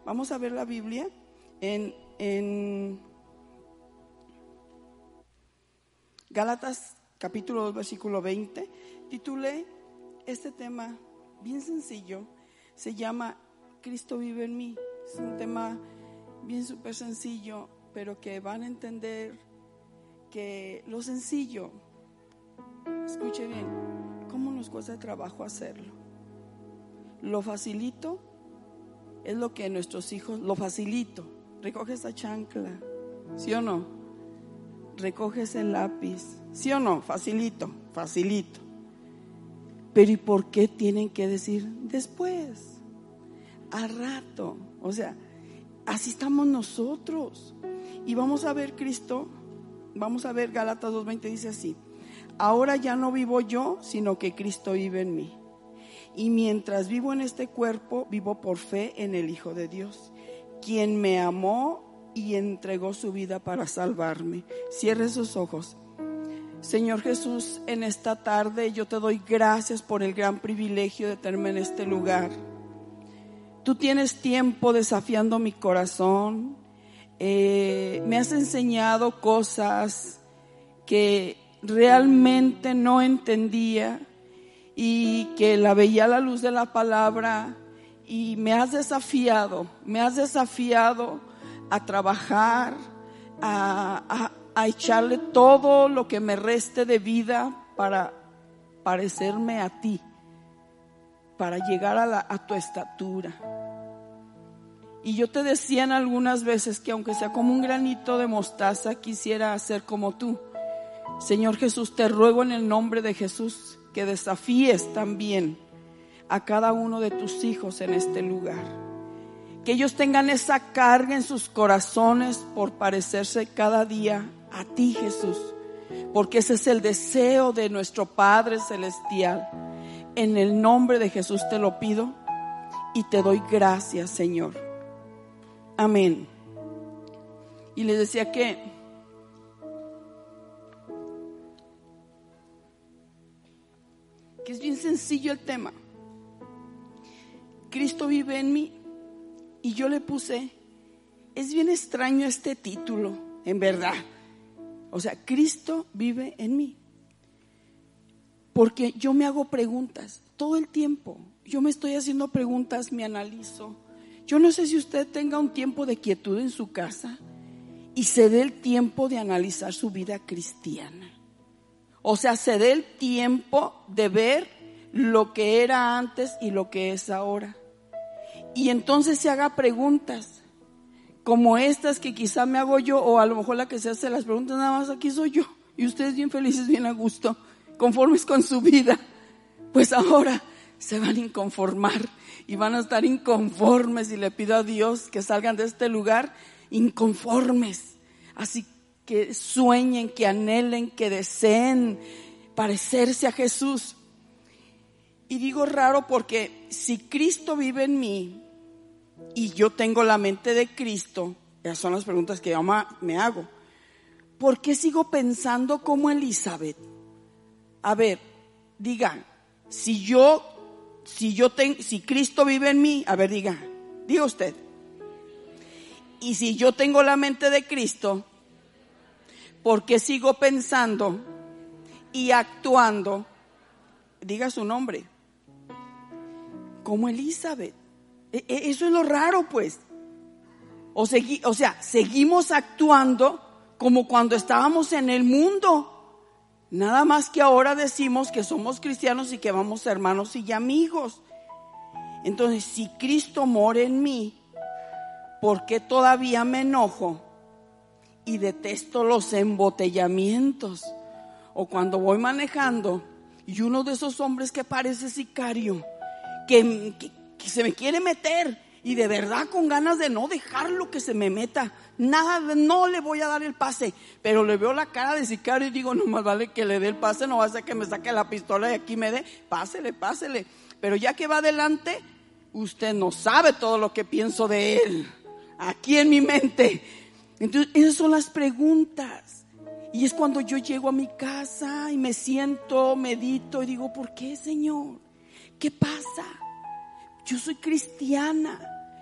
Vamos a ver la Biblia en Gálatas capítulo 2 versículo 20. Titulé este tema bien sencillo, se llama Cristo vive en mí. Es un tema bien súper sencillo, pero que van a entender que lo sencillo, escuche bien, cómo nos cuesta trabajo hacerlo. Lo facilito es lo que nuestros hijos, lo facilito. Recoge esa chancla, ¿sí o no? Recoge ese lápiz, ¿sí o no? Facilito. Pero ¿y por qué tienen que decir después? Al rato. O sea, así estamos nosotros. Y vamos a ver Gálatas 2:20 dice así: ahora ya no vivo yo, sino que Cristo vive en mí. Y mientras vivo en este cuerpo, vivo por fe en el Hijo de Dios, quien me amó y entregó su vida para salvarme. Cierre sus ojos. Señor Jesús, en esta tarde yo te doy gracias por el gran privilegio de tenerme en este lugar. Tú tienes tiempo desafiando mi corazón. Me has enseñado cosas que realmente no entendía y que la veía a la luz de la palabra, y me has desafiado a trabajar, a echarle todo lo que me reste de vida para parecerme a ti, para llegar a tu estatura. Y yo te decía en algunas veces que aunque sea como un granito de mostaza, quisiera ser como tú. Señor Jesús, te ruego en el nombre de Jesús que desafíes también a cada uno de tus hijos en este lugar. Que ellos tengan esa carga en sus corazones por parecerse cada día a ti, Jesús, porque ese es el deseo de nuestro Padre Celestial. En el nombre de Jesús te lo pido y te doy gracias, Señor. Amén. Y les decía que es bien sencillo el tema. Cristo vive en mí. Y yo le puse, es bien extraño este título, en verdad. O sea, Cristo vive en mí. Porque yo me hago preguntas todo el tiempo. Yo me estoy haciendo preguntas, me analizo. Yo no sé si usted tenga un tiempo de quietud en su casa y se dé el tiempo de analizar su vida cristiana. O sea, se dé el tiempo de ver lo que era antes y lo que es ahora. Y entonces se haga preguntas como estas que quizá me hago yo, o a lo mejor la que se hace las preguntas nada más aquí soy yo, y ustedes bien felices, bien a gusto, conformes con su vida. Pues ahora se van a inconformar y van a estar inconformes, y le pido a Dios que salgan de este lugar inconformes. Así que sueñen, que anhelen, que deseen parecerse a Jesús. Y digo raro porque si Cristo vive en mí y yo tengo la mente de Cristo, esas son las preguntas que yo me hago. ¿Por qué sigo pensando como Elizabeth? A ver, digan, si Cristo vive en mí, a ver, diga usted. Y si yo tengo la mente de Cristo, ¿por qué sigo pensando y actuando? Diga su nombre. Como Elizabeth. Eso es lo raro, pues. O sea, seguimos actuando como cuando estábamos en el mundo. Nada más que ahora decimos que somos cristianos y que vamos hermanos y amigos. Entonces, si Cristo mora en mí, ¿por qué todavía me enojo y detesto los embotellamientos? O cuando voy manejando y uno de esos hombres que parece sicario, que se me quiere meter, y de verdad con ganas de no dejarlo que se me meta, nada, no le voy a dar el pase, pero le veo la cara de sicario y digo, no más vale que le dé el pase, no va a ser que me saque la pistola y aquí me dé, pásele. Pero ya que va adelante, usted no sabe todo lo que pienso de él, aquí en mi mente. Entonces esas son las preguntas. Y es cuando yo llego a mi casa y me siento, medito y digo, ¿por qué, Señor? ¿Qué pasa? Yo soy cristiana.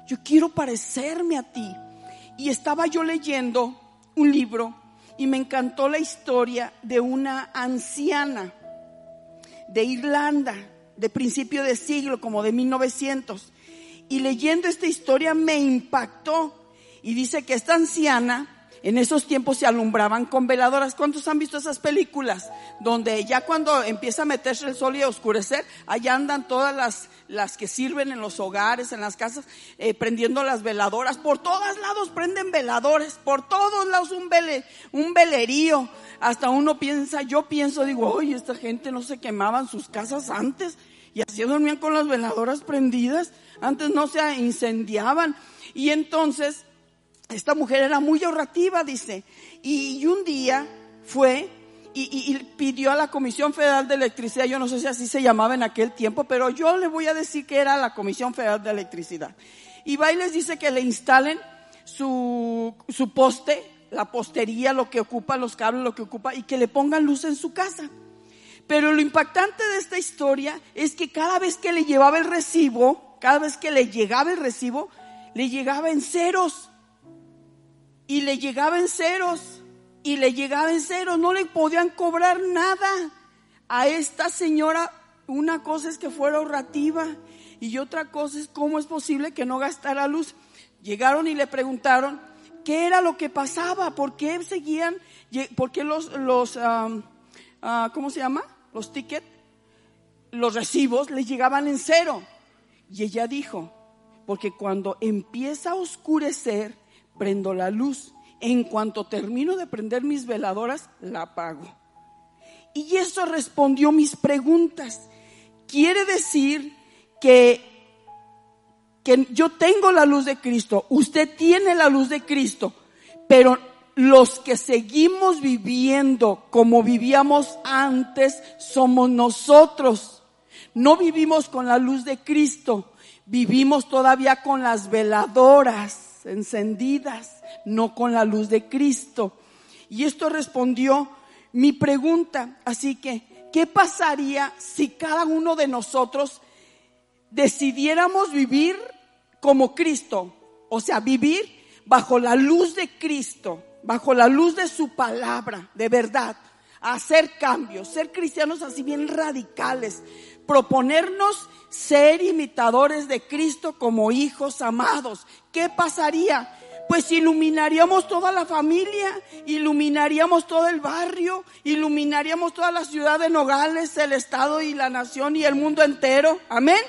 yo quiero parecerme a ti. Y estaba yo leyendo un libro y me encantó la historia de una anciana de Irlanda, de principio de siglo, como de 1900. Y leyendo esta historia me impactó. Y dice que esta anciana, en esos tiempos se alumbraban con veladoras. ¿Cuántos han visto esas películas? Donde ya cuando empieza a meterse el sol y a oscurecer, allá andan todas las que sirven en los hogares, en las casas, prendiendo las veladoras. Por todos lados prenden veladores, por todos lados un velerío. Hasta uno piensa, digo, oye, esta gente no se quemaban sus casas antes y así dormían con las veladoras prendidas. Antes no se incendiaban. Y entonces esta mujer era muy ahorrativa, dice, y un día fue y pidió a la Comisión Federal de Electricidad, yo no sé si así se llamaba en aquel tiempo, pero yo le voy a decir que era la Comisión Federal de Electricidad. Y va y les dice que le instalen su poste, la postería, lo que ocupa, los cables, lo que ocupa, y que le pongan luz en su casa. Pero lo impactante de esta historia es que cada vez que le llegaba el recibo, le llegaba en ceros. Y le llegaba en ceros, no le podían cobrar nada. A esta señora, una cosa es que fuera ahorrativa y otra cosa es cómo es posible que no gastara luz. Llegaron y le preguntaron qué era lo que pasaba, por qué seguían, por qué ¿cómo se llama? Los tickets, los recibos le llegaban en cero. Y ella dijo, porque cuando empieza a oscurecer, prendo la luz. En cuanto termino de prender mis veladoras, la apago. Y eso respondió mis preguntas. Quiere decir que yo tengo la luz de Cristo, usted tiene la luz de Cristo, pero los que seguimos viviendo como vivíamos antes somos nosotros. No vivimos con la luz de Cristo, vivimos todavía con las veladoras encendidas, no con la luz de Cristo. Y esto respondió mi pregunta. Así que, ¿qué pasaría si cada uno de nosotros decidiéramos vivir como Cristo? O sea, vivir bajo la luz de Cristo, bajo la luz de su palabra, de verdad, hacer cambios, ser cristianos así bien radicales, proponernos ser imitadores de Cristo como hijos amados. ¿Qué pasaría? Pues iluminaríamos toda la familia, iluminaríamos todo el barrio, iluminaríamos toda la ciudad de Nogales, el estado y la nación y el mundo entero. Amén.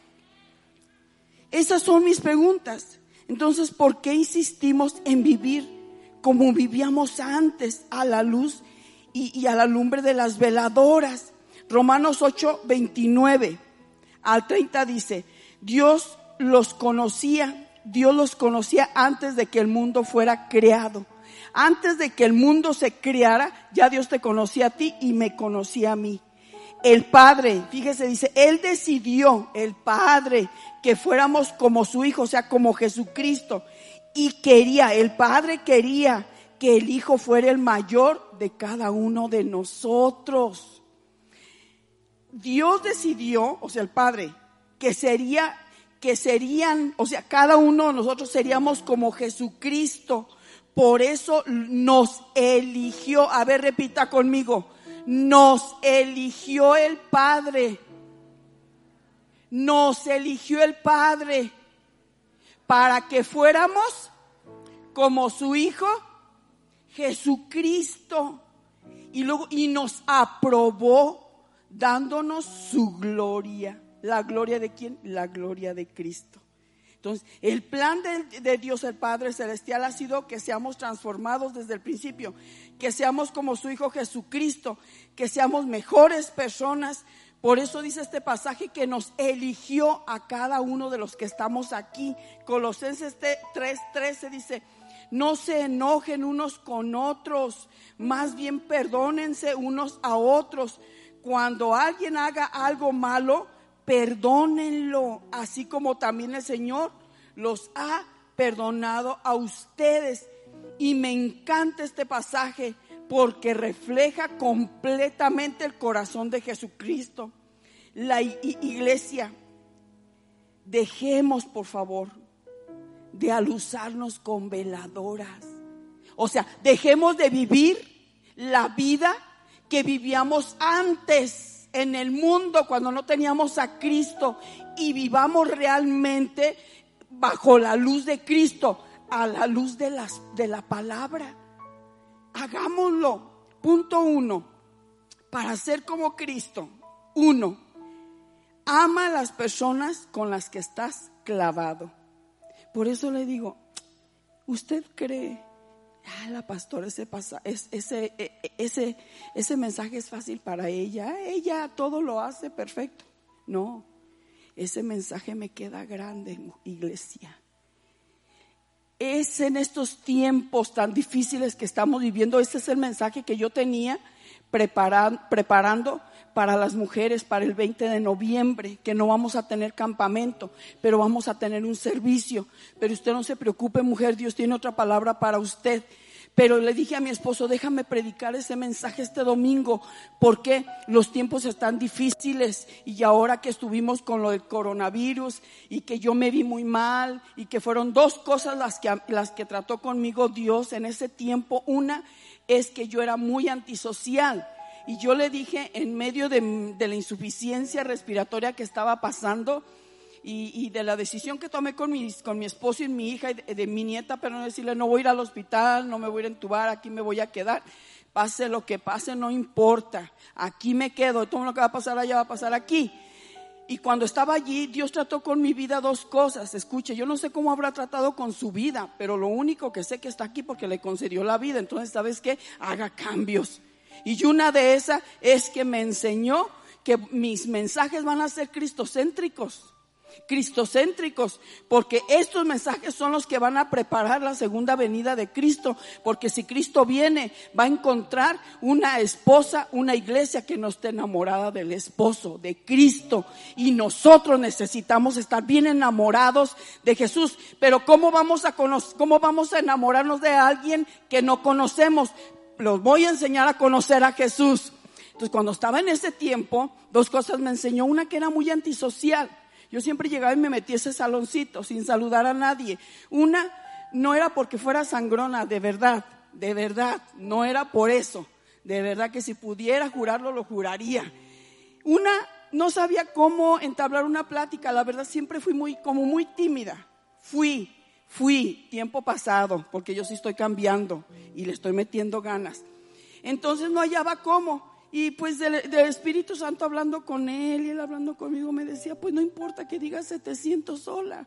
Esas son mis preguntas. Entonces, ¿por qué insistimos en vivir como vivíamos antes, a la luz y a la lumbre de las veladoras? Romanos 8, 29 al 30 dice, Dios los conocía antes de que el mundo fuera creado. Antes de que el mundo se creara, ya Dios te conocía a ti y me conocía a mí. El Padre, fíjese, dice, Él decidió, el Padre, que fuéramos como su Hijo, o sea, como Jesucristo. Y el Padre quería que el Hijo fuera el mayor de cada uno de nosotros. Dios decidió, o sea, el Padre, que serían, o sea, cada uno de nosotros seríamos como Jesucristo. Por eso nos eligió. A ver, repita conmigo. Nos eligió el Padre. Nos eligió el Padre para que fuéramos como su Hijo Jesucristo. Y nos aprobó dándonos su gloria. ¿La gloria de quién? La gloria de Cristo. Entonces, el plan de Dios el Padre Celestial ha sido que seamos transformados desde el principio, que seamos como su Hijo Jesucristo, que seamos mejores personas. Por eso dice este pasaje que nos eligió a cada uno de los que estamos aquí. Colosenses 3:13 dice, no se enojen unos con otros, más bien perdónense unos a otros. Cuando alguien haga algo malo, perdónenlo, así como también el Señor los ha perdonado a ustedes. Y me encanta este pasaje porque refleja completamente el corazón de Jesucristo. La iglesia, dejemos por favor de alusarnos con veladoras. O sea, dejemos de vivir la vida que vivíamos antes en el mundo cuando no teníamos a Cristo, y vivamos realmente bajo la luz de Cristo, a la luz de la palabra. Hagámoslo. Punto 1, para ser como Cristo. 1, ama a las personas con las que estás clavado. Por eso le digo, ¿usted cree? La pastora, ese mensaje es fácil para ella. Ella todo lo hace perfecto. No, ese mensaje me queda grande, iglesia. Es en estos tiempos tan difíciles que estamos viviendo. Este es el mensaje que yo tenía preparando para las mujeres para el 20 de noviembre, que no vamos a tener campamento, pero vamos a tener un servicio. Pero usted no se preocupe, mujer, Dios tiene otra palabra para usted. Pero le dije a mi esposo, déjame predicar ese mensaje este domingo, porque los tiempos están difíciles, y ahora que estuvimos con lo del coronavirus y que yo me vi muy mal, y que fueron 2 cosas las que trató conmigo Dios en ese tiempo. Una es que yo era muy antisocial, y yo le dije, en medio de la insuficiencia respiratoria que estaba pasando, y de la decisión que tomé con mi esposo y mi hija y de mi nieta, pero no decirle, no voy a ir al hospital, no me voy a ir a entubar, aquí me voy a quedar, pase lo que pase, no importa, aquí me quedo, todo lo que va a pasar allá va a pasar aquí. Y cuando estaba allí, Dios trató con mi vida 2 cosas. Escuche, yo no sé cómo habrá tratado con su vida, pero lo único que sé que está aquí porque le concedió la vida. Entonces, ¿sabes qué? Haga cambios. Y una de esas es que me enseñó que mis mensajes van a ser cristocéntricos, porque estos mensajes son los que van a preparar la segunda venida de Cristo. Porque si Cristo viene, va a encontrar una esposa, una iglesia que no esté enamorada del esposo, de Cristo, y nosotros necesitamos estar bien enamorados de Jesús. Pero ¿cómo vamos a enamorarnos de alguien que no conocemos? Los voy a enseñar a conocer a Jesús. Entonces, cuando estaba en ese tiempo, 2 cosas me enseñó. Una, que era muy antisocial. Yo siempre llegaba y me metía a ese saloncito sin saludar a nadie. Una, no era porque fuera sangrona, de verdad, no era por eso. De verdad que si pudiera jurarlo, lo juraría. Una, no sabía cómo entablar una plática. La verdad, siempre fui muy tímida. Fui tiempo pasado, porque yo sí estoy cambiando y le estoy metiendo ganas. Entonces no hallaba cómo. Y pues del Espíritu Santo hablando con él, y él hablando conmigo, me decía, pues no importa que digas 700 hola.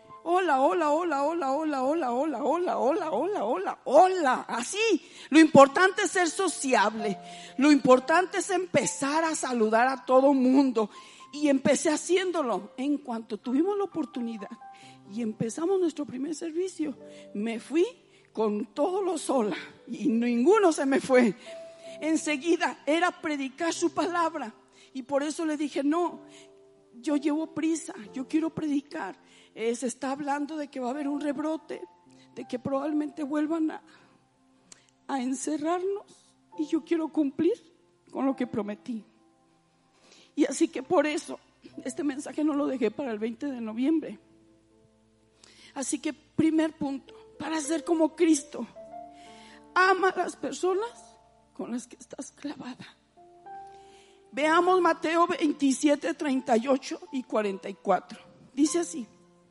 Hola. Así. Lo importante es ser sociable. Lo importante es empezar a saludar a todo mundo. Y empecé haciéndolo. En cuanto tuvimos la oportunidad y empezamos nuestro primer servicio, me fui con todos los hola, y ninguno se me fue. Enseguida era predicar su palabra, y por eso le dije, no, yo llevo prisa, yo quiero predicar. Se está hablando de que va a haber un rebrote, de que probablemente vuelvan a encerrarnos, y yo quiero cumplir con lo que prometí. Y así que por eso este mensaje no lo dejé para el 20 de noviembre. Así que primer punto, para ser como Cristo, ama a las personas con las que estás clavada. Veamos Mateo 27, 38 y 44. Dice así: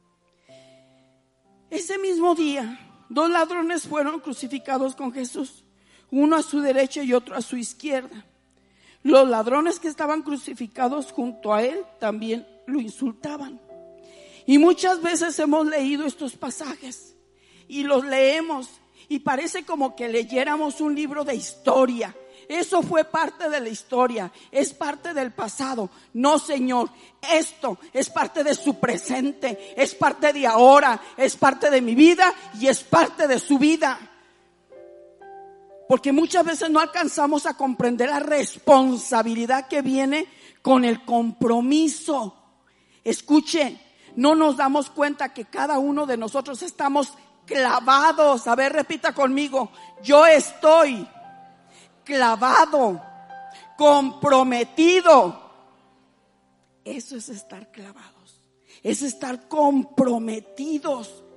ese mismo día, 2 ladrones fueron crucificados con Jesús, uno a su derecha y otro a su izquierda. Los ladrones que estaban crucificados junto a él también lo insultaban. Y muchas veces hemos leído estos pasajes y los leemos y parece como que leyéramos un libro de historia. Eso fue parte de la historia, es parte del pasado. No, Señor, esto es parte de su presente, es parte de ahora, es parte de mi vida y es parte de su vida. Porque muchas veces no alcanzamos a comprender la responsabilidad que viene con el compromiso. Escuche, no nos damos cuenta que cada uno de nosotros estamos clavados. A ver, repita conmigo: yo estoy clavado, comprometido. Eso es estar clavados, es estar comprometidos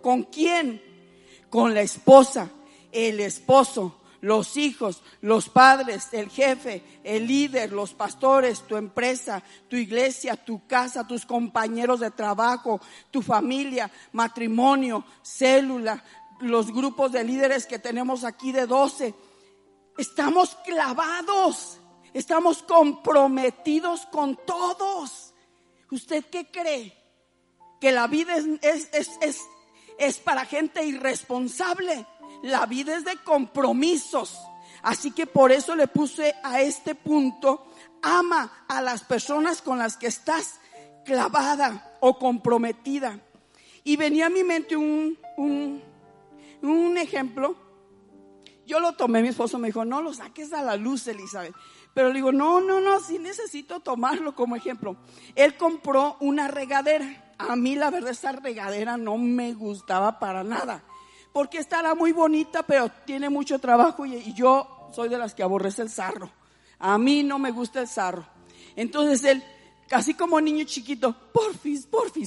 ¿Con quién? Con la esposa, el esposo, los hijos, los padres, el jefe, el líder, los pastores, tu empresa, tu iglesia, tu casa, tus compañeros de trabajo, tu familia, matrimonio, célula, los grupos de líderes que tenemos aquí de 12. Estamos clavados, estamos comprometidos con todos. ¿Usted qué cree? ¿Que la vida es para gente irresponsable? La vida es de compromisos. Así que por eso le puse a este punto: ama a las personas con las que estás clavada o comprometida. Y venía a mi mente un ejemplo. Yo lo tomé, mi esposo me dijo: no lo saques a la luz, Elizabeth. Pero le digo: no, sí necesito tomarlo como ejemplo. Él compró una regadera. A mí la verdad esa regadera no me gustaba para nada, porque estará muy bonita, pero tiene mucho trabajo y yo soy de las que aborrece el sarro. A mí no me gusta el sarro. Entonces él, casi como niño chiquito: porfis,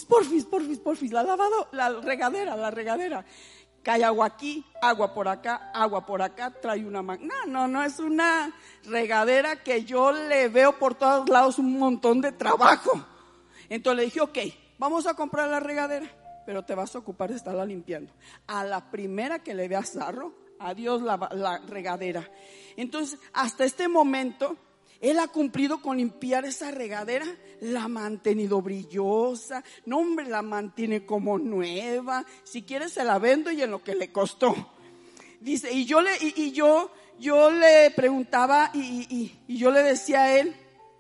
la regadera. Cae agua aquí, agua por acá, trae una no, es una regadera que yo le veo por todos lados un montón de trabajo. Entonces le dije: ok, vamos a comprar la regadera, pero te vas a ocupar de estarla limpiando. A la primera que le veas sarro, adiós la regadera. Entonces, hasta este momento, él ha cumplido con limpiar esa regadera, la ha mantenido brillosa. No, hombre, la mantiene como nueva. Si quiere se la vendo y en lo que le costó. Dice, y yo le preguntaba y yo le decía a él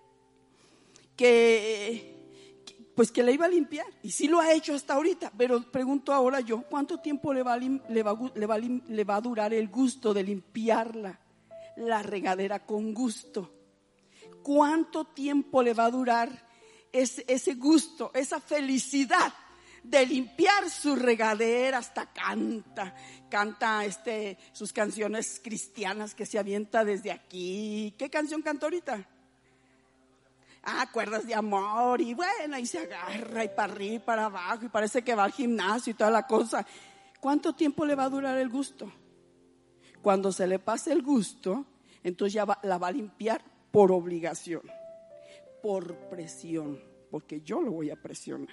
que le iba a limpiar, y sí lo ha hecho hasta ahorita, pero pregunto ahora yo: ¿cuánto tiempo le va a durar el gusto de limpiar la regadera con gusto? ¿Cuánto tiempo le va a durar ese gusto, esa felicidad de limpiar su regadera? Hasta canta sus canciones cristianas que se avienta desde aquí. ¿Qué canción canta ahorita? Cuerdas de amor, y bueno, y se agarra y para arriba y para abajo y parece que va al gimnasio y toda la cosa. ¿Cuánto tiempo le va a durar el gusto? Cuando se le pase el gusto, entonces ya la va a limpiar por obligación, por presión, porque yo lo voy a presionar,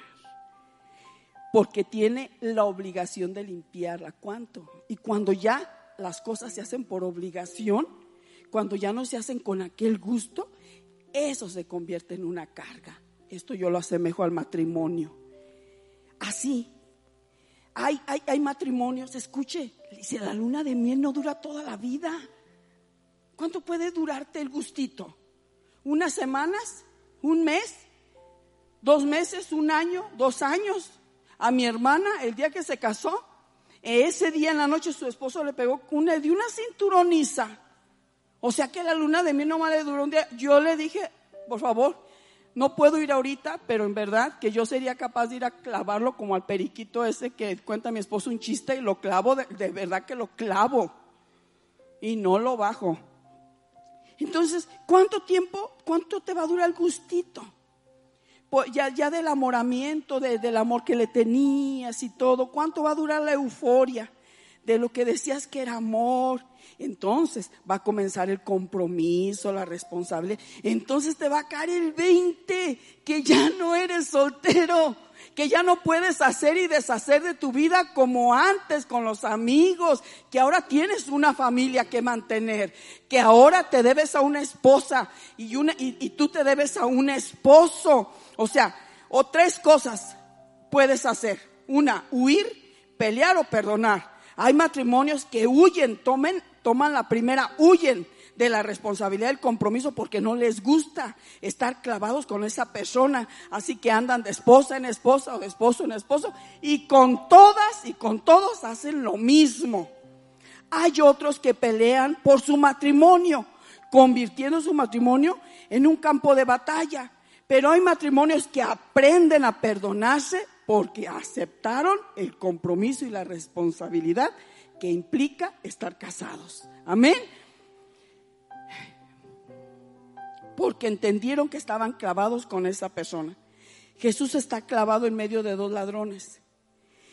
porque tiene la obligación de limpiarla. ¿Cuánto? Y cuando ya las cosas se hacen por obligación, cuando ya no se hacen con aquel gusto, eso se convierte en una carga. Esto yo lo asemejo al matrimonio. Así, hay matrimonios, escuche, dice: la luna de miel no dura toda la vida. ¿Cuánto puede durarte el gustito? ¿Unas semanas? ¿Un mes? ¿2 meses? ¿1 año? ¿2 años? A mi hermana, el día que se casó, ese día en la noche su esposo le pegó una cinturoniza. O sea que la luna de miel nomás le duró un día. Yo le dije: por favor, no puedo ir ahorita, pero en verdad que yo sería capaz de ir a clavarlo como al periquito ese que cuenta mi esposo un chiste, y lo clavo, de verdad que lo clavo y no lo bajo. Entonces, ¿cuánto te va a durar el gustito? Pues ya del enamoramiento, del amor que le tenías y todo. ¿Cuánto va a durar la euforia de lo que decías que era amor? Entonces va a comenzar el compromiso, la responsabilidad. Entonces te va a caer el 20 que ya no eres soltero, que ya no puedes hacer y deshacer de tu vida como antes con los amigos, que ahora tienes una familia que mantener, que ahora te debes a una esposa y tú te debes a un esposo. O sea, 3 cosas puedes hacer: 1, huir, pelear o perdonar. Hay matrimonios que huyen, toman la primera, huyen de la responsabilidad del compromiso porque no les gusta estar clavados con esa persona. Así que andan de esposa en esposa o de esposo en esposo, y con todas y con todos hacen lo mismo. Hay otros que pelean por su matrimonio, convirtiendo su matrimonio en un campo de batalla. Pero hay matrimonios que aprenden a perdonarse porque aceptaron el compromiso y la responsabilidad que implica estar casados. Amén. Porque entendieron que estaban clavados con esa persona. Jesús está clavado en medio de 2 ladrones.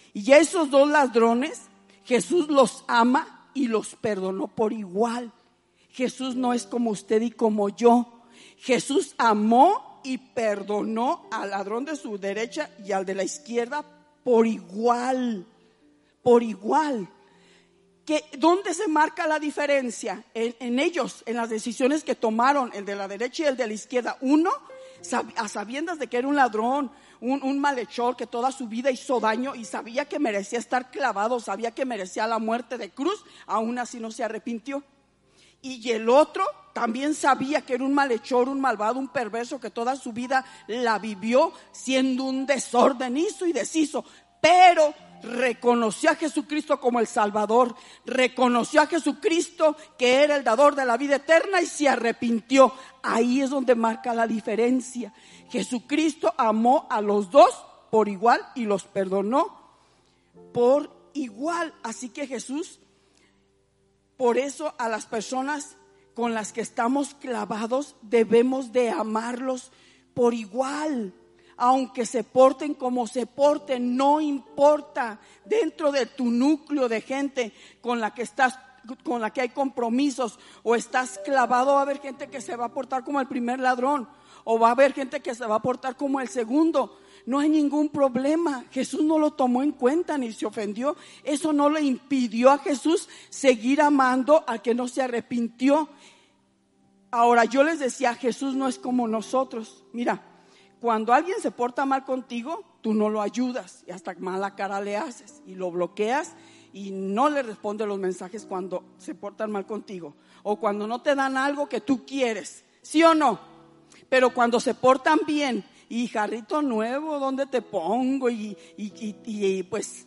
Y a esos dos ladrones Jesús los ama y los perdonó por igual. Jesús no es como usted y como yo. Jesús amó y perdonó al ladrón de su derecha y al de la izquierda por igual. Por igual. ¿Dónde se marca la diferencia? En ellos, en las decisiones que tomaron, el de la derecha y el de la izquierda. Uno, a sabiendas de que era un ladrón, un malhechor que toda su vida hizo daño y sabía que merecía estar clavado, sabía que merecía la muerte de cruz, aún así no se arrepintió. Y el otro también sabía que era un malhechor, un malvado, un perverso que toda su vida la vivió siendo un desordenizo y deshizo, pero reconoció a Jesucristo como el Salvador, reconoció a Jesucristo que era el dador de la vida eterna y se arrepintió. Ahí es donde marca la diferencia. Jesucristo amó a los dos por igual y los perdonó por igual. Así que Jesús, por eso a las personas con las que estamos clavados debemos de amarlos por igual. Aunque se porten como se porten, no importa. Dentro de tu núcleo de gente con la que estás, con la que hay compromisos, o estás clavado, va a haber gente que se va a portar como el primer ladrón, o va a haber gente que se va a portar como el segundo. No hay ningún problema. Jesús no lo tomó en cuenta ni se ofendió. Eso no le impidió a Jesús seguir amando al que no se arrepintió. Ahora, yo les decía, Jesús no es como nosotros. Mira, cuando alguien se porta mal contigo, tú no lo ayudas y hasta mala cara le haces y lo bloqueas y no le respondes los mensajes cuando se portan mal contigo o cuando no te dan algo que tú quieres, ¿sí o no? Pero cuando se portan bien, y jarrito nuevo, ¿dónde te pongo? Y pues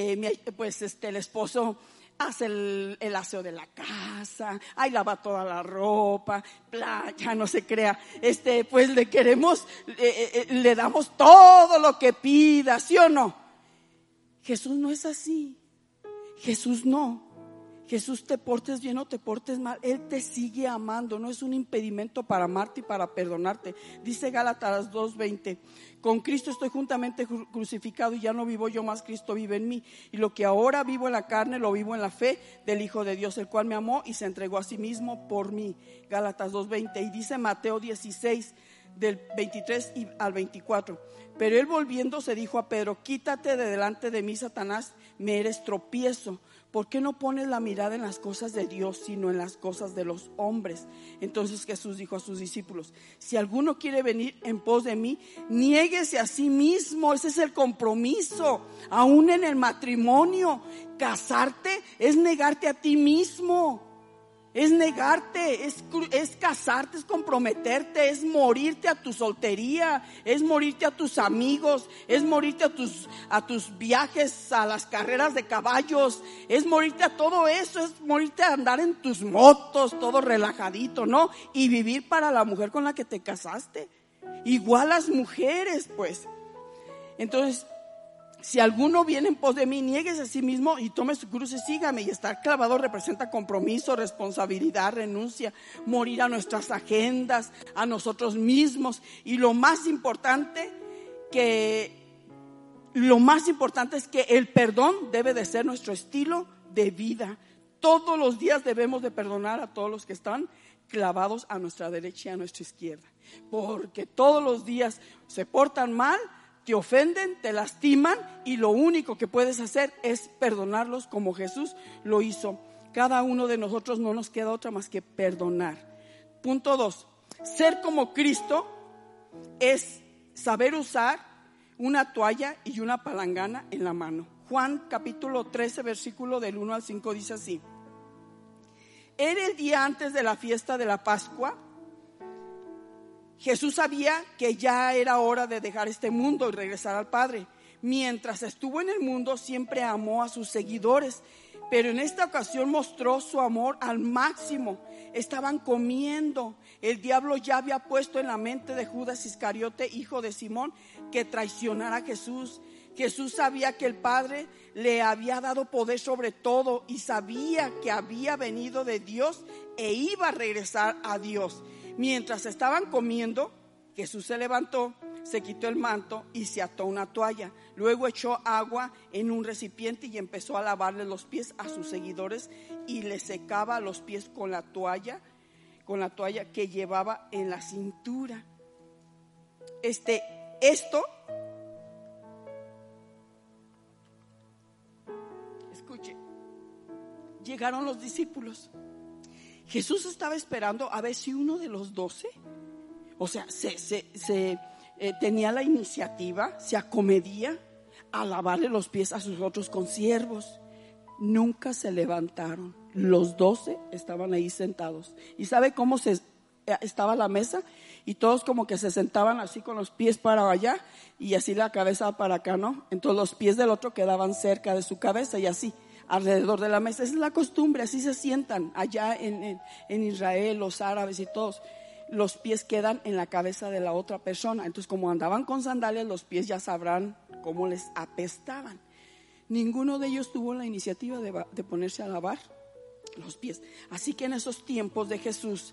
el esposo hace el aseo de la casa, ahí lava toda la ropa, playa, no se crea, pues le queremos, le damos todo lo que pida, ¿sí o no? Jesús no es así. Jesús no. Jesús, te portes bien o te portes mal, Él te sigue amando, no es un impedimento para amarte y para perdonarte. Dice Gálatas 2:20, con Cristo estoy juntamente crucificado y ya no vivo yo más, Cristo vive en mí. Y lo que ahora vivo en la carne, lo vivo en la fe del Hijo de Dios, el cual me amó y se entregó a sí mismo por mí. Gálatas 2:20. Y dice Mateo 16, del 23 al 24. Pero él volviéndose dijo a Pedro, quítate de delante de mí, Satanás, me eres tropiezo. ¿Por qué no pones la mirada en las cosas de Dios, sino en las cosas de los hombres? Entonces Jesús dijo a sus discípulos, si alguno quiere venir en pos de mí, niéguese a sí mismo. Ese es el compromiso. Aún en el matrimonio, casarte es negarte a ti mismo. Es negarte, es casarte, es comprometerte, es morirte a tu soltería, es morirte a tus amigos, es morirte a tus viajes, a las carreras de caballos, es morirte a todo eso, es morirte a andar en tus motos, todo relajadito, ¿no? Y vivir para la mujer con la que te casaste. Igual las mujeres, pues. Entonces, si alguno viene en pos de mí, niéguese a sí mismo y tome su cruz y sígame. Y estar clavado representa compromiso, responsabilidad, renuncia, morir a nuestras agendas, a nosotros mismos. Y lo más importante es que el perdón debe de ser nuestro estilo de vida. Todos los días debemos de perdonar a todos los que están clavados a nuestra derecha y a nuestra izquierda, porque todos los días se portan mal, te ofenden, te lastiman, y lo único que puedes hacer es perdonarlos como Jesús lo hizo. Cada uno de nosotros no nos queda otra más que perdonar. Punto 2, ser como Cristo es saber usar una toalla y una palangana en la mano. Juan capítulo 13 versículo del 1 al 5 dice así: era el día antes de la fiesta de la Pascua. Jesús sabía que ya era hora de dejar este mundo y regresar al Padre. Mientras estuvo en el mundo siempre amó a sus seguidores, pero en esta ocasión mostró su amor al máximo. Estaban comiendo. El diablo ya había puesto en la mente de Judas Iscariote, hijo de Simón, que traicionara a Jesús. Jesús sabía que el Padre le había dado poder sobre todo y sabía que había venido de Dios e iba a regresar a Dios. Mientras estaban comiendo, Jesús se levantó, se quitó el manto y se ató una toalla. Luego echó agua en un recipiente y empezó a lavarle los pies a sus seguidores y les secaba los pies con la toalla que llevaba en la cintura. Escuche, llegaron los discípulos. Jesús estaba esperando a ver si uno de los 12, o sea, tenía la iniciativa, se acomedía a lavarle los pies a sus otros consiervos. Nunca se levantaron. Los 12 estaban ahí sentados. ¿Y sabe cómo estaba la mesa? Y todos como que se sentaban así con los pies para allá y así la cabeza para acá, ¿no? Entonces los pies del otro quedaban cerca de su cabeza y así alrededor de la mesa. Esa es la costumbre, así se sientan allá en Israel, los árabes y todos. Los pies quedan en la cabeza de la otra persona. Entonces, como andaban con sandalias, los pies ya sabrán cómo les apestaban. Ninguno de ellos tuvo la iniciativa de ponerse a lavar los pies. Así que en esos tiempos de Jesús,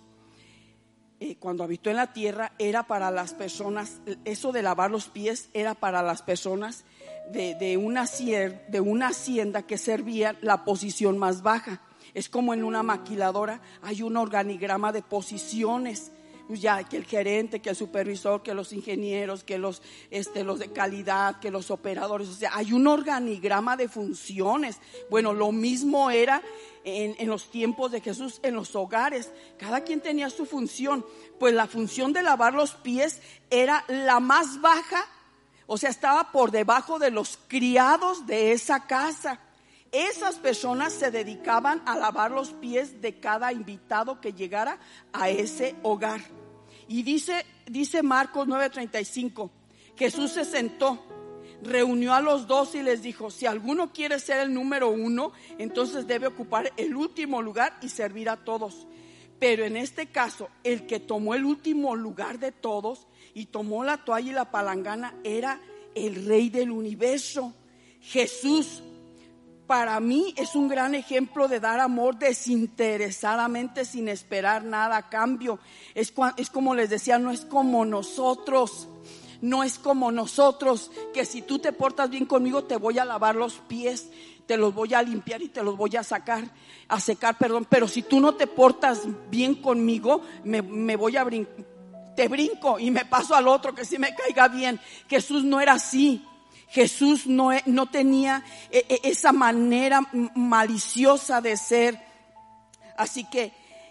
cuando habitó en la tierra, era para las personas, eso de lavar los pies era para las personas de una hacienda que servía la posición más baja. Es como en una maquiladora, hay un organigrama de posiciones. Ya que el gerente, que el supervisor, que los ingenieros, que los de calidad, que los operadores, o sea, hay un organigrama de funciones. Bueno, lo mismo era en los tiempos de Jesús, en los hogares. Cada quien tenía su función. Pues la función de lavar los pies era la más baja, o sea, estaba por debajo de los criados de esa casa. Esas personas se dedicaban a lavar los pies de cada invitado que llegara a ese hogar. Y dice Marcos 9:35, Jesús se sentó, reunió a los 12 y les dijo: si alguno quiere ser el número 1, entonces debe ocupar el último lugar y servir a todos. Pero en este caso, el que tomó el último lugar de todos y tomó la toalla y la palangana era el Rey del universo. Jesús, para mí, es un gran ejemplo de dar amor desinteresadamente, sin esperar nada a cambio. Es como les decía, no es como nosotros. No es como nosotros, que si tú te portas bien conmigo, te voy a lavar los pies, te los voy a limpiar y te los voy a secar, pero si tú no te portas bien conmigo, me voy a te brinco y me paso al otro que sí me caiga bien. Jesús no era así. Jesús no tenía esa manera maliciosa de ser. Así que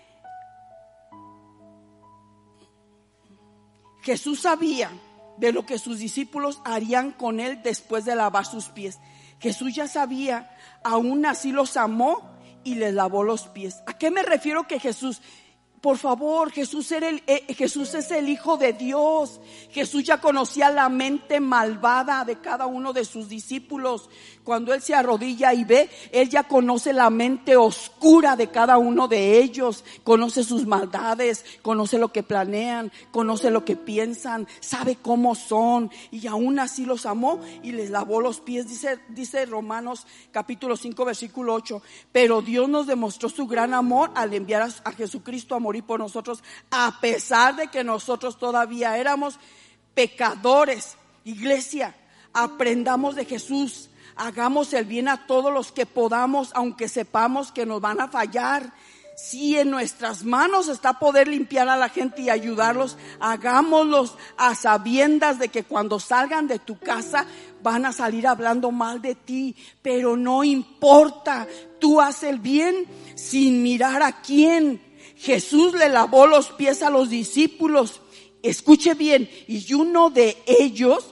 Jesús sabía de lo que sus discípulos harían con él después de lavar sus pies. Jesús ya sabía, aún así los amó y les lavó los pies. ¿A qué me refiero que Jesús? Por favor, Jesús es el Hijo de Dios. Jesús ya conocía la mente malvada de cada uno de sus discípulos. Cuando Él se arrodilla y ve, Él ya conoce la mente oscura de cada uno de ellos. Conoce sus maldades, conoce lo que planean, conoce lo que piensan, sabe cómo son. Y aún así los amó y les lavó los pies. Dice Romanos capítulo 5 versículo 8. Pero Dios nos demostró su gran amor al enviar a Jesucristo a morir por nosotros, a pesar de que nosotros todavía éramos pecadores. Iglesia, aprendamos de Jesús, hagamos el bien a todos los que podamos, aunque sepamos que nos van a fallar. Si en nuestras manos está poder limpiar a la gente y ayudarlos, hagámoslos a sabiendas de que cuando salgan de tu casa van a salir hablando mal de ti, pero no importa, tú haz el bien sin mirar a quién. Jesús le lavó los pies a los discípulos, escuche bien, y uno de ellos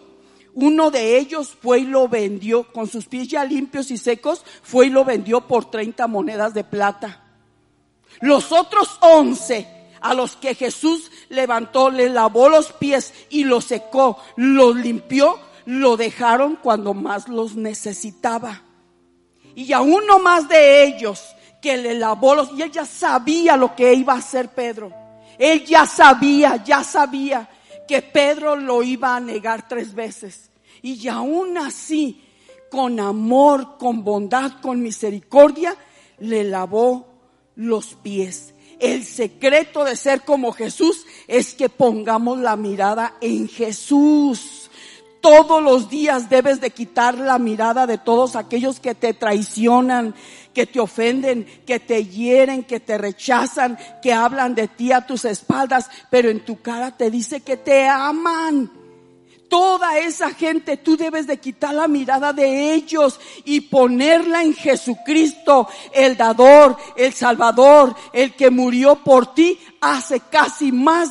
fue y lo vendió, con sus pies ya limpios y secos, fue y lo vendió por 30 monedas de plata. Los otros 11 a los que Jesús levantó, le lavó los pies y los secó, los limpió, lo dejaron cuando más los necesitaba. Y a uno más de ellos que le lavó y él ya sabía lo que iba a hacer Pedro. Él ya sabía que Pedro lo iba a negar 3 veces. Y aún así, con amor, con bondad, con misericordia, le lavó los pies. El secreto de ser como Jesús es que pongamos la mirada en Jesús. Todos los días debes de quitar la mirada de todos aquellos que te traicionan, que te ofenden, que te hieren, que te rechazan, que hablan de ti a tus espaldas, pero en tu cara te dice que te aman. Toda esa gente, tú debes de quitar la mirada de ellos y ponerla en Jesucristo, el dador, el salvador, el que murió por ti hace casi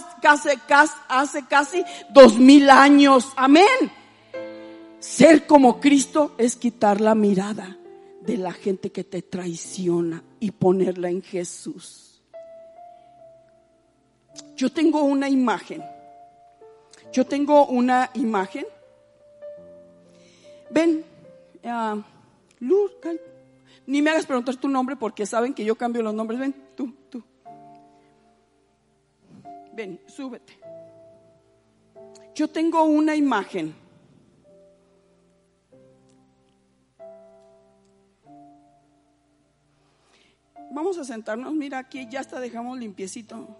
2000 años. Amén. Ser como Cristo es quitar la mirada de la gente que te traiciona y ponerla en Jesús. Yo tengo una imagen. Ven, Lourdes, ni me hagas preguntar tu nombre porque saben que yo cambio los nombres. Ven, tú. Ven, súbete. Yo tengo una imagen. Vamos a sentarnos, mira aquí ya hasta dejamos limpiecito.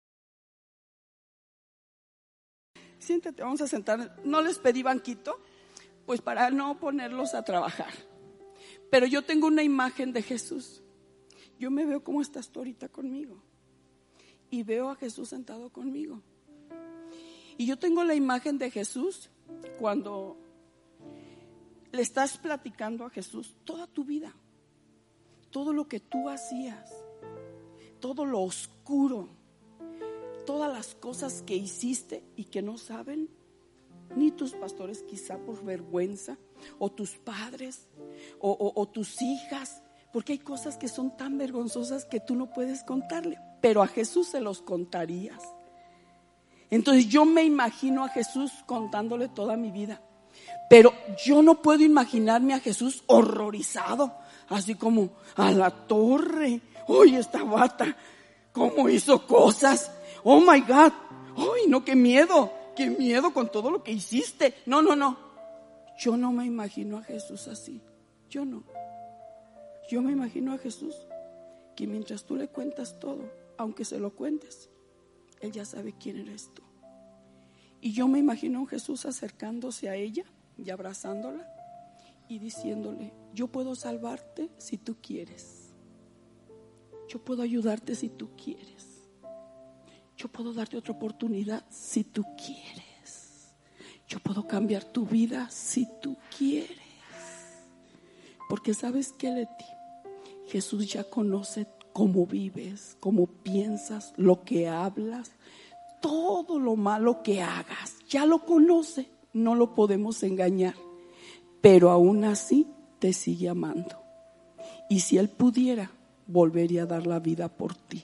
Siéntate, vamos a sentar. No les pedí banquito, pues para no ponerlos a trabajar. Pero yo tengo una imagen de Jesús. Yo me veo como estás tú ahorita conmigo. Y veo a Jesús sentado conmigo. Y yo tengo la imagen de Jesús cuando le estás platicando a Jesús toda tu vida. Todo lo que tú hacías. Todo lo oscuro. Todas las cosas que hiciste y que no saben ni tus pastores, quizá por vergüenza, o tus padres, o tus hijas, porque hay cosas que son tan vergonzosas que tú no puedes contarle, pero a Jesús se los contarías. Entonces yo me imagino a Jesús contándole toda mi vida, pero yo no puedo imaginarme a Jesús horrorizado, así como a la torre. Oye, esta bata, ¿cómo hizo cosas? Oh my God, ay no, qué miedo con todo lo que hiciste. No, yo no me imagino a Jesús así. Yo me imagino a Jesús que mientras tú le cuentas todo, aunque se lo cuentes, Él ya sabe quién eres tú. Y yo me imagino a un Jesús acercándose a ella y abrazándola y diciéndole: yo puedo salvarte si tú quieres, yo puedo ayudarte si tú quieres, yo puedo darte otra oportunidad si tú quieres, yo puedo cambiar tu vida si tú quieres. Porque ¿sabes qué, Leti? Jesús ya conoce cómo vives, cómo piensas, lo que hablas, todo lo malo que hagas, ya lo conoce. No lo podemos engañar, pero aún así te sigue amando. Y si Él pudiera, volvería a dar la vida por ti.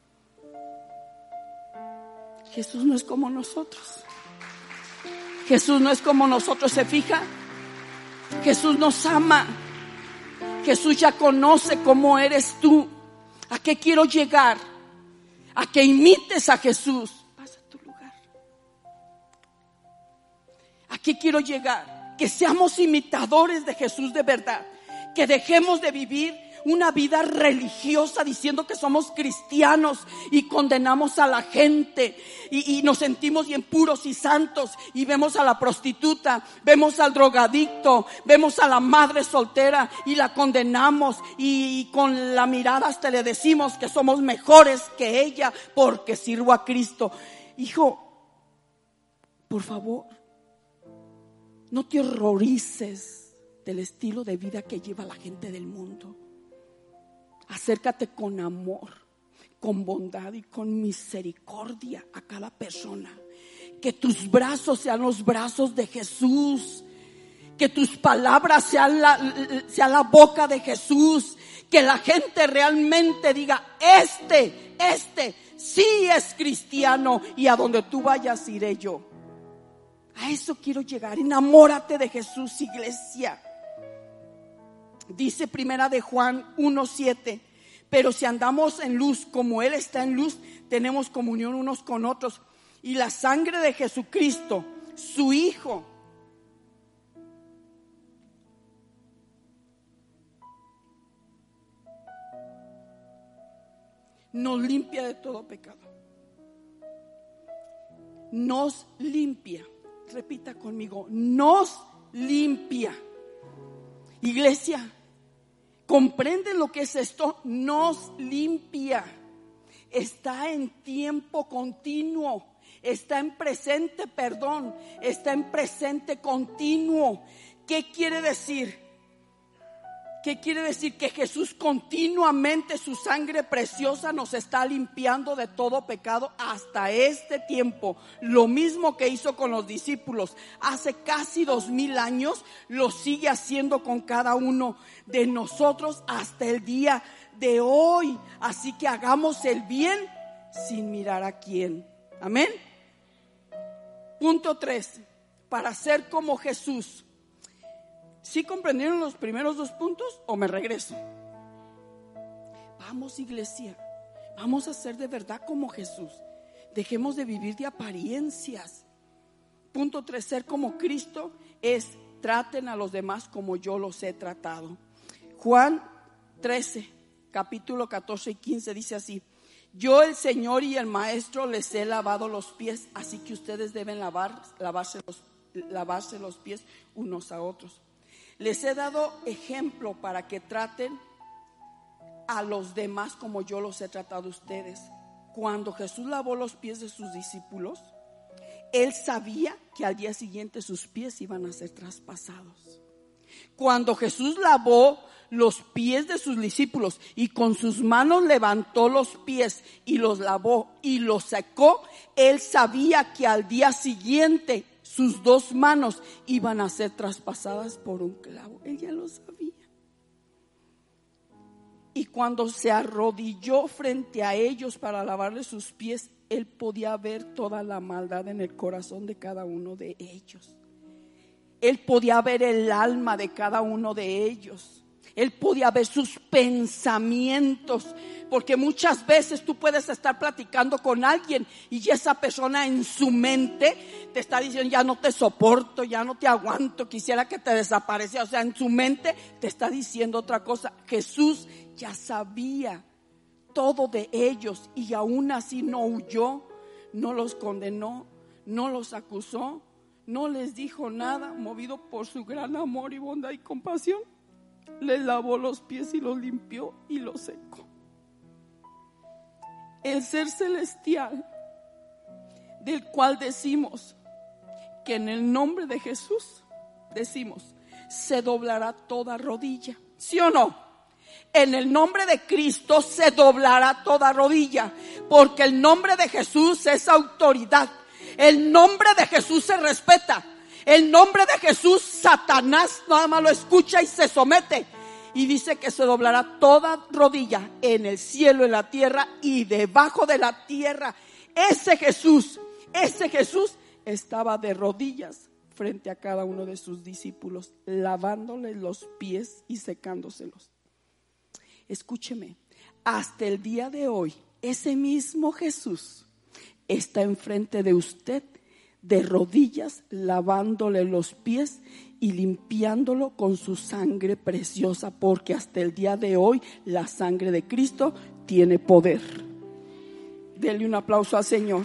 Jesús no es como nosotros. Jesús no es como nosotros, ¿se fija? Jesús nos ama. Jesús ya conoce cómo eres tú. ¿A qué quiero llegar? A que imites a Jesús. Pasa a tu lugar. ¿A qué quiero llegar? Que seamos imitadores de Jesús de verdad. Que dejemos de vivir una vida religiosa diciendo que somos cristianos y condenamos a la gente y nos sentimos bien puros y santos, y vemos a la prostituta, vemos al drogadicto, vemos a la madre soltera y la condenamos, y con la mirada hasta le decimos que somos mejores que ella porque sirvo a Cristo. Hijo, por favor, no te horrorices del estilo de vida que lleva la gente del mundo. Acércate con amor, con bondad y con misericordia a cada persona. Que tus brazos sean los brazos de Jesús. Que tus palabras sean la boca de Jesús. Que la gente realmente diga: este sí es cristiano, y a donde tú vayas iré yo. A eso quiero llegar. Enamórate de Jesús, iglesia. Dice Primera de Juan 1:7: pero si andamos en luz como Él está en luz, tenemos comunión unos con otros, y la sangre de Jesucristo, su Hijo, nos limpia de todo pecado. Nos limpia. Repita conmigo, nos limpia. Iglesia, ¿comprenden lo que es esto? Nos limpia. Está en tiempo continuo. Está en presente, está en presente continuo. ¿Qué quiere decir? ¿Qué quiere decir? Que Jesús continuamente, su sangre preciosa nos está limpiando de todo pecado hasta este tiempo. Lo mismo que hizo con los discípulos hace casi 2000 años, lo sigue haciendo con cada uno de nosotros hasta el día de hoy. Así que hagamos el bien sin mirar a quién. Amén. Punto 3. Para ser como Jesús. ¿Sí comprendieron los primeros 2 puntos o me regreso? Vamos, iglesia, vamos a ser de verdad como Jesús. Dejemos de vivir de apariencias. Punto 3, ser como Cristo es: traten a los demás como yo los he tratado. Juan 13, capítulo 14 y 15 dice así: yo, el Señor y el Maestro, les he lavado los pies, así que ustedes deben lavarse los pies unos a otros. Les he dado ejemplo para que traten a los demás como yo los he tratado a ustedes. Cuando Jesús lavó los pies de sus discípulos, Él sabía que al día siguiente sus pies iban a ser traspasados. Cuando Jesús lavó los pies de sus discípulos y con sus manos levantó los pies y los lavó y los secó, Él sabía que al día siguiente sus 2 manos iban a ser traspasadas por un clavo. Él ya lo sabía. Y cuando se arrodilló frente a ellos para lavarles sus pies, Él podía ver toda la maldad en el corazón de cada uno de ellos. Él podía ver el alma de cada uno de ellos. Él podía ver sus pensamientos, porque muchas veces tú puedes estar platicando con alguien y esa persona en su mente te está diciendo: ya no te soporto, ya no te aguanto, quisiera que te desapareciera. O sea, en su mente te está diciendo otra cosa. Jesús ya sabía todo de ellos y aún así no huyó, no los condenó, no los acusó, no les dijo nada. Movido por su gran amor y bondad y compasión, les lavó los pies y los limpió y los secó. El ser celestial, del cual decimos que en el nombre de Jesús, decimos, se doblará toda rodilla. ¿Sí o no? En el nombre de Cristo se doblará toda rodilla, porque el nombre de Jesús es autoridad. El nombre de Jesús se respeta. El nombre de Jesús, Satanás nada más lo escucha y se somete. Y dice que se doblará toda rodilla en el cielo, en la tierra y debajo de la tierra. Ese Jesús estaba de rodillas frente a cada uno de sus discípulos, lavándoles los pies y secándoselos. Escúcheme, hasta el día de hoy, ese mismo Jesús está enfrente de usted, de rodillas, lavándole los pies y limpiándolo con su sangre preciosa, porque hasta el día de hoy la sangre de Cristo tiene poder. Denle un aplauso al Señor.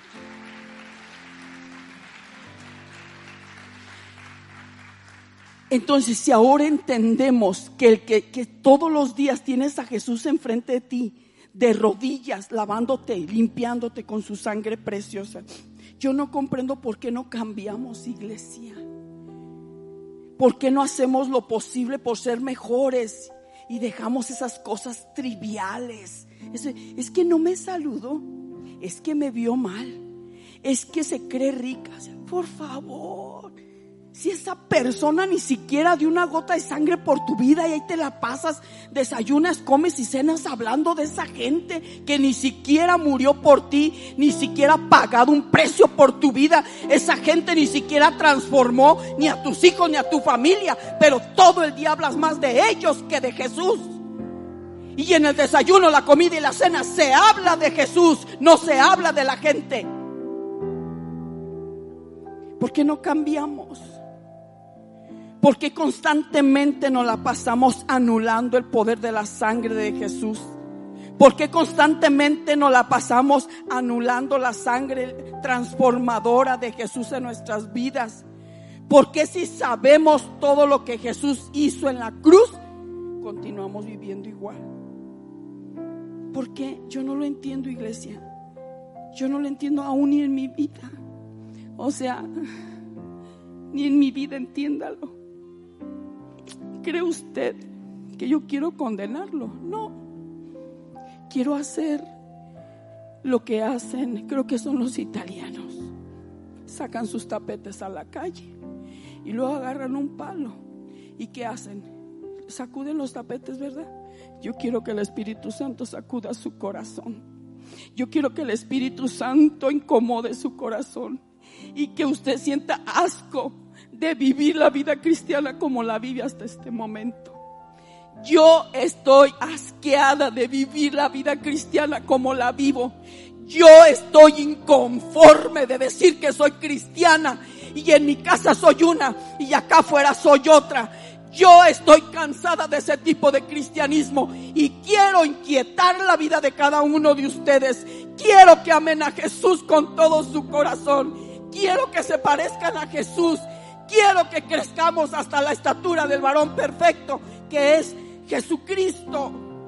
Entonces, si ahora entendemos que todos los días tienes a Jesús enfrente de ti, de rodillas, lavándote, limpiándote con su sangre preciosa, yo no comprendo por qué no cambiamos, iglesia. ¿Por qué no hacemos lo posible por ser mejores y dejamos esas cosas triviales? Es que no me saludó, es que me vio mal, es que se cree rica. Por favor, si esa persona ni siquiera dio una gota de sangre por tu vida y ahí te la pasas, desayunas, comes y cenas hablando de esa gente que ni siquiera murió por ti, ni siquiera ha pagado un precio por tu vida. Esa gente ni siquiera transformó ni a tus hijos ni a tu familia, pero todo el día hablas más de ellos que de Jesús. Y en el desayuno, la comida y la cena se habla de Jesús, no se habla de la gente. ¿Por qué no cambiamos? Porque constantemente nos la pasamos anulando el poder de la sangre de Jesús. ¿Por qué constantemente nos la pasamos anulando la sangre transformadora de Jesús en nuestras vidas? ¿Por qué si sabemos todo lo que Jesús hizo en la cruz, continuamos viviendo igual? ¿Por qué? Yo no lo entiendo, iglesia. Yo no lo entiendo aún ni en mi vida. O sea, ni en mi vida, entiéndalo. ¿Cree usted que yo quiero condenarlo? No. Quiero hacer lo que hacen, creo que son los italianos. Sacan sus tapetes a la calle y luego agarran un palo. ¿Y qué hacen? Sacuden los tapetes, ¿verdad? Yo quiero que el Espíritu Santo sacuda su corazón. Yo quiero que el Espíritu Santo incomode su corazón y que usted sienta asco de vivir la vida cristiana como la vive hasta este momento. Yo estoy asqueada de vivir la vida cristiana como la vivo. Yo estoy inconforme de decir que soy cristiana y en mi casa soy una y acá afuera soy otra. Yo estoy cansada de ese tipo de cristianismo y quiero inquietar la vida de cada uno de ustedes. Quiero que amen a Jesús con todo su corazón. Quiero que se parezcan a Jesús. Quiero que crezcamos hasta la estatura del varón perfecto, que es Jesucristo.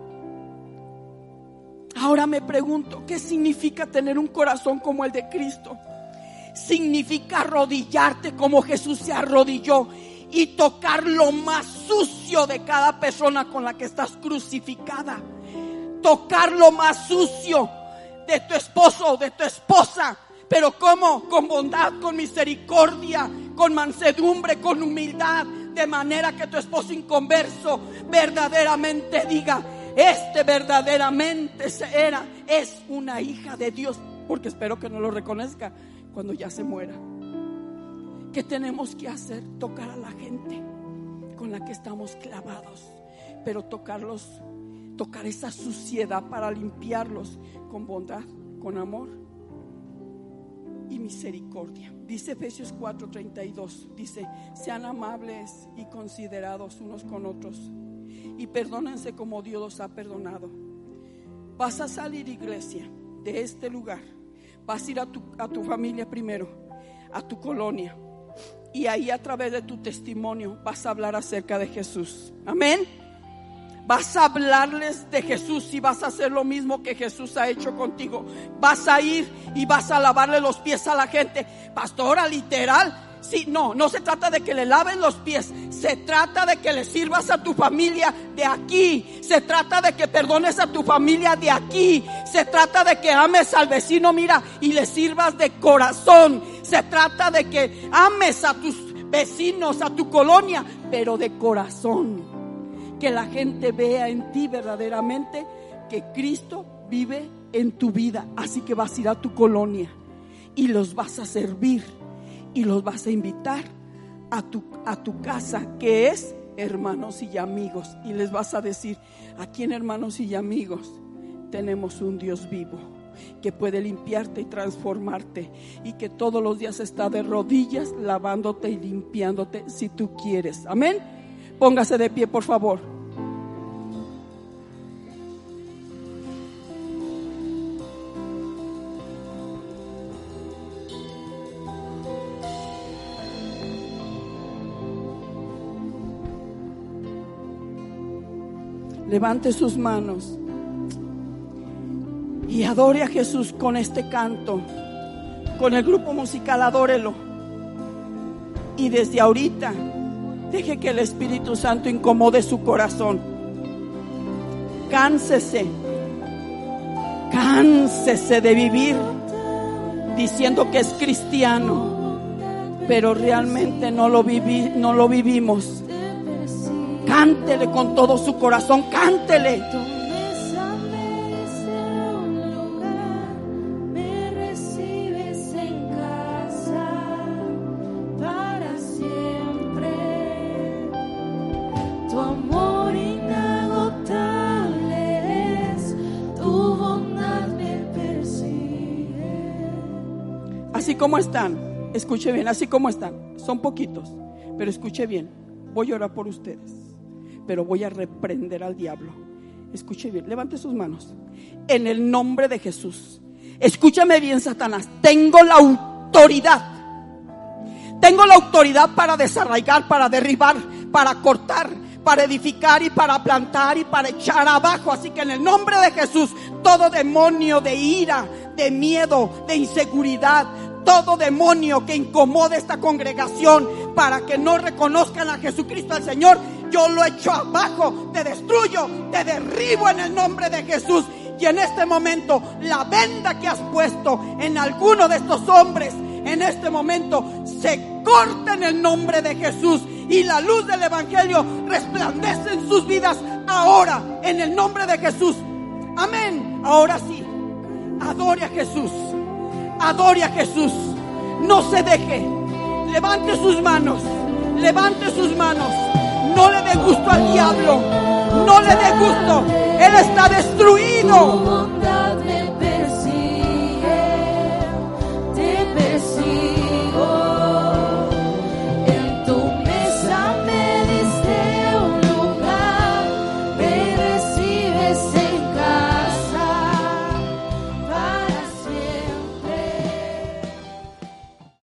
Ahora me pregunto, ¿qué significa tener un corazón como el de Cristo? Significa arrodillarte como Jesús se arrodilló y tocar lo más sucio de cada persona con la que estás crucificada. Tocar lo más sucio de tu esposo o de tu esposa. Pero ¿cómo? Con bondad, con misericordia, con mansedumbre, con humildad, de manera que tu esposo inconverso verdaderamente diga: este verdaderamente es una hija de Dios. Porque espero que no lo reconozca cuando ya se muera. ¿Qué tenemos que hacer? Tocar a la gente con la que estamos clavados, pero tocar esa suciedad para limpiarlos con bondad, con amor y misericordia. Dice Efesios 4:32, dice: sean amables y considerados unos con otros y perdónense como Dios los ha perdonado. Vas a salir, iglesia, de este lugar. Vas a ir a tu familia primero, a tu colonia, y ahí a través de tu testimonio vas a hablar acerca de Jesús. Amén. Vas a hablarles de Jesús y vas a hacer lo mismo que Jesús ha hecho contigo. Vas a ir y vas a lavarle los pies a la gente. Pastora, literal. Sí, no se trata de que le laven los pies. Se trata de que le sirvas a tu familia de aquí. Se trata de que perdones a tu familia de aquí. Se trata de que ames al vecino, mira, y le sirvas de corazón. Se trata de que ames a tus vecinos, a tu colonia, pero de corazón. Que la gente vea en ti verdaderamente que Cristo vive en tu vida. Así que vas a ir a tu colonia y los vas a servir y los vas a invitar a tu casa, que es hermanos y amigos, y les vas a decir: aquí en hermanos y amigos tenemos un Dios vivo que puede limpiarte y transformarte, y que todos los días está de rodillas lavándote y limpiándote si tú quieres. Amén. Póngase de pie, por favor. Levante sus manos y adore a Jesús con este canto. Con el grupo musical, adórelo. Y desde ahorita deje que el Espíritu Santo incomode su corazón. Cánsese de vivir diciendo que es cristiano, pero realmente no lo vivimos. Cántele con todo su corazón, cántele. Así como están, escuche bien, así como están, son poquitos, pero escuche bien. Voy a orar por ustedes, pero voy a reprender al diablo Escuche bien, levante sus manos. En el nombre de Jesús. Escúchame bien, Satanás. Tengo la autoridad. Tengo la autoridad para desarraigar, para derribar, para cortar, para edificar y para plantar y para echar abajo. Así que en el nombre de Jesús, todo demonio de ira, de miedo, de inseguridad, todo demonio que incomode esta congregación para que no reconozcan a Jesucristo el Señor, yo lo echo abajo, te destruyo, te derribo en el nombre de Jesús. Y en este momento, la venda que has puesto en alguno de estos hombres, en este momento, se corta en el nombre de Jesús. Y la luz del Evangelio resplandece en sus vidas ahora, en el nombre de Jesús. Amén. Ahora sí, adore a Jesús. Adore a Jesús. No se deje. Levante sus manos. Levante sus manos. No le dé gusto al diablo. No le dé gusto. Él está destruido.